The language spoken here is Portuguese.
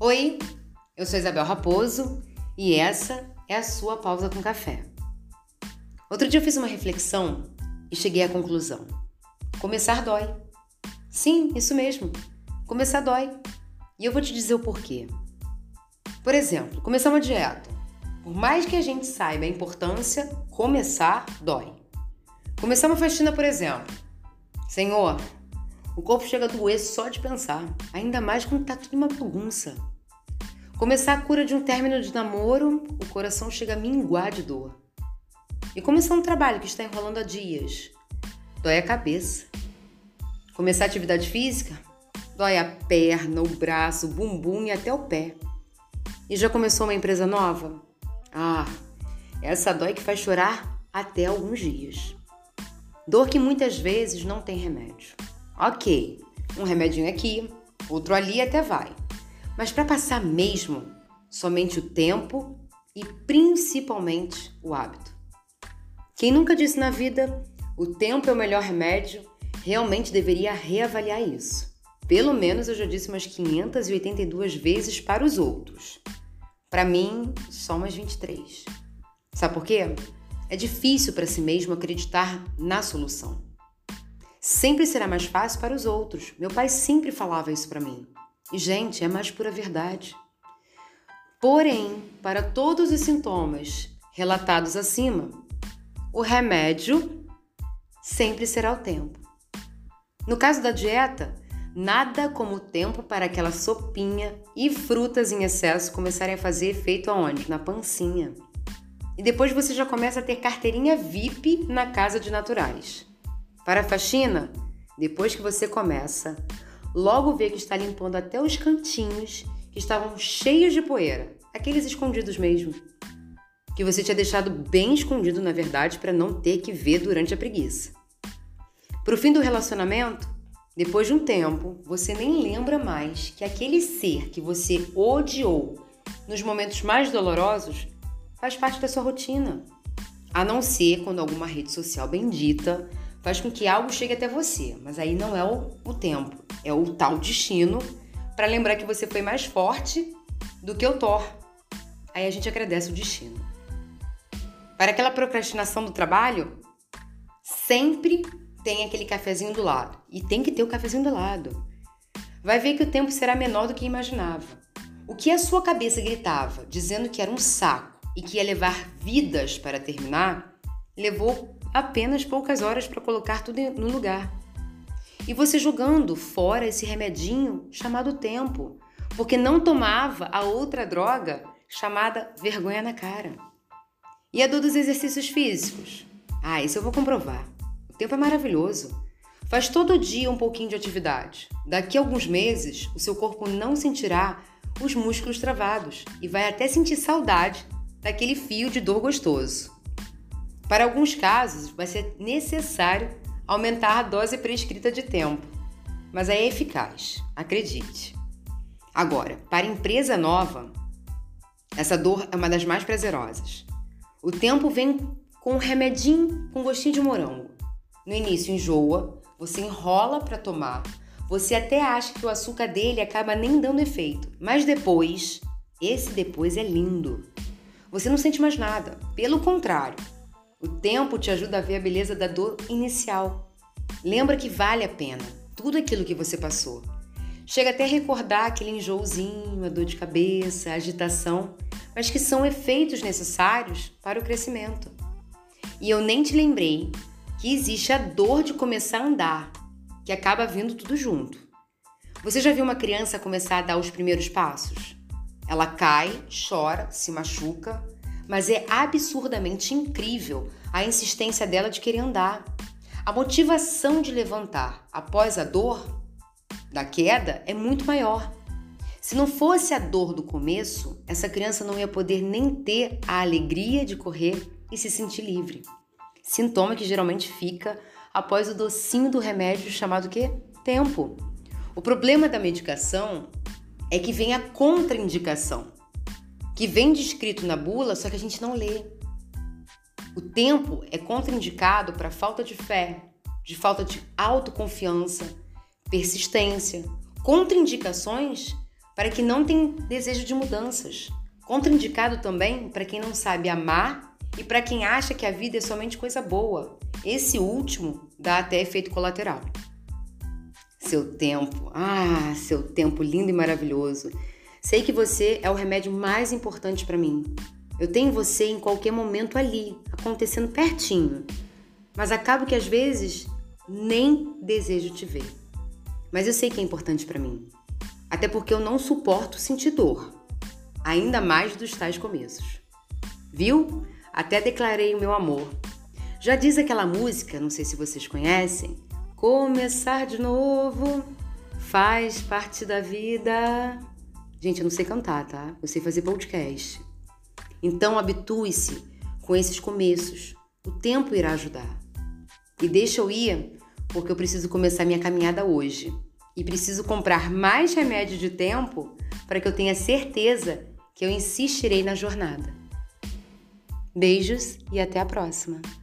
Oi, eu sou Isabel Raposo e essa é a sua pausa com café. Outro dia eu fiz uma reflexão e cheguei à conclusão: começar dói. Sim, isso mesmo, começar dói. E eu vou te dizer o porquê. Por exemplo, começar uma dieta. Por mais que a gente saiba a importância, começar dói. Começar uma faxina, por exemplo. Senhor, o corpo chega a doer só de pensar, ainda mais quando tá tudo uma bagunça. Começar a cura de um término de namoro, o coração chega a minguar de dor. E começar um trabalho que está enrolando há dias, dói a cabeça. Começar atividade física, dói a perna, o braço, o bumbum e até o pé. E já começou uma empresa nova? Essa dói que faz chorar até alguns dias. Dor que muitas vezes não tem remédio. Ok, um remedinho aqui, outro ali até vai. Mas para passar mesmo, somente o tempo e principalmente o hábito. Quem nunca disse na vida, o tempo é o melhor remédio, realmente deveria reavaliar isso. Pelo menos eu já disse umas 582 vezes para os outros. Para mim, só umas 23. Sabe por quê? É difícil para si mesmo acreditar na solução. Sempre será mais fácil para os outros. Meu pai sempre falava isso para mim. E, gente, é mais pura verdade. Porém, para todos os sintomas relatados acima, o remédio sempre será o tempo. No caso da dieta, nada como o tempo para aquela sopinha e frutas em excesso começarem a fazer efeito aonde? Na pancinha. E depois você já começa a ter carteirinha VIP na casa de naturais. Para a faxina, depois que você começa, logo vê que está limpando até os cantinhos que estavam cheios de poeira, aqueles escondidos mesmo, que você tinha deixado bem escondido, na verdade, para não ter que ver durante a preguiça. Para o fim do relacionamento, depois de um tempo, você nem lembra mais que aquele ser que você odiou nos momentos mais dolorosos faz parte da sua rotina. A não ser quando alguma rede social bendita faz com que algo chegue até você, mas aí não é o tempo, é o tal destino para lembrar que você foi mais forte do que o Thor. Aí a gente agradece o destino. Para aquela procrastinação do trabalho, sempre tem aquele cafezinho do lado. E tem que ter o cafezinho do lado. Vai ver que o tempo será menor do que imaginava. O que a sua cabeça gritava, dizendo que era um saco e que ia levar vidas para terminar, levou apenas poucas horas para colocar tudo no lugar. E você jogando fora esse remedinho chamado tempo, porque não tomava a outra droga chamada vergonha na cara. E a dor dos exercícios físicos? Isso eu vou comprovar. O tempo é maravilhoso. Faz todo dia um pouquinho de atividade. Daqui a alguns meses, o seu corpo não sentirá os músculos travados e vai até sentir saudade daquele fio de dor gostoso. Para alguns casos, vai ser necessário aumentar a dose prescrita de tempo, mas é eficaz, acredite. Agora, para empresa nova, essa dor é uma das mais prazerosas. O tempo vem com um remedinho com gostinho de morango. No início enjoa, você enrola para tomar, você até acha que o açúcar dele acaba nem dando efeito, mas depois, esse depois é lindo. Você não sente mais nada, pelo contrário. O tempo te ajuda a ver a beleza da dor inicial. Lembra que vale a pena tudo aquilo que você passou. Chega até a recordar aquele enjoozinho, a dor de cabeça, a agitação, mas que são efeitos necessários para o crescimento. E eu nem te lembrei que existe a dor de começar a andar, que acaba vindo tudo junto. Você já viu uma criança começar a dar os primeiros passos? Ela cai, chora, se machuca, mas é absurdamente incrível a insistência dela de querer andar. A motivação de levantar após a dor da queda é muito maior. Se não fosse a dor do começo, essa criança não ia poder nem ter a alegria de correr e se sentir livre. Sintoma que geralmente fica após o docinho do remédio chamado quê? Tempo. O problema da medicação é que vem a contraindicação, que vem descrito na bula, só que a gente não lê. O tempo é contraindicado para falta de fé, de falta de autoconfiança, persistência, contraindicações para quem não tem desejo de mudanças. Contraindicado também para quem não sabe amar e para quem acha que a vida é somente coisa boa. Esse último dá até efeito colateral. Seu tempo lindo e maravilhoso. Sei que você é o remédio mais importante para mim. Eu tenho você em qualquer momento ali, acontecendo pertinho. Mas acabo que às vezes nem desejo te ver. Mas eu sei que é importante para mim. Até porque eu não suporto sentir dor. Ainda mais dos tais começos. Viu? Até declarei o meu amor. Já diz aquela música, não sei se vocês conhecem, começar de novo faz parte da vida. Gente, eu não sei cantar, tá? Eu sei fazer podcast. Então, habitue-se com esses começos. O tempo irá ajudar. E deixa eu ir, porque eu preciso começar minha caminhada hoje. E preciso comprar mais remédio de tempo para que eu tenha certeza que eu insistirei na jornada. Beijos e até a próxima!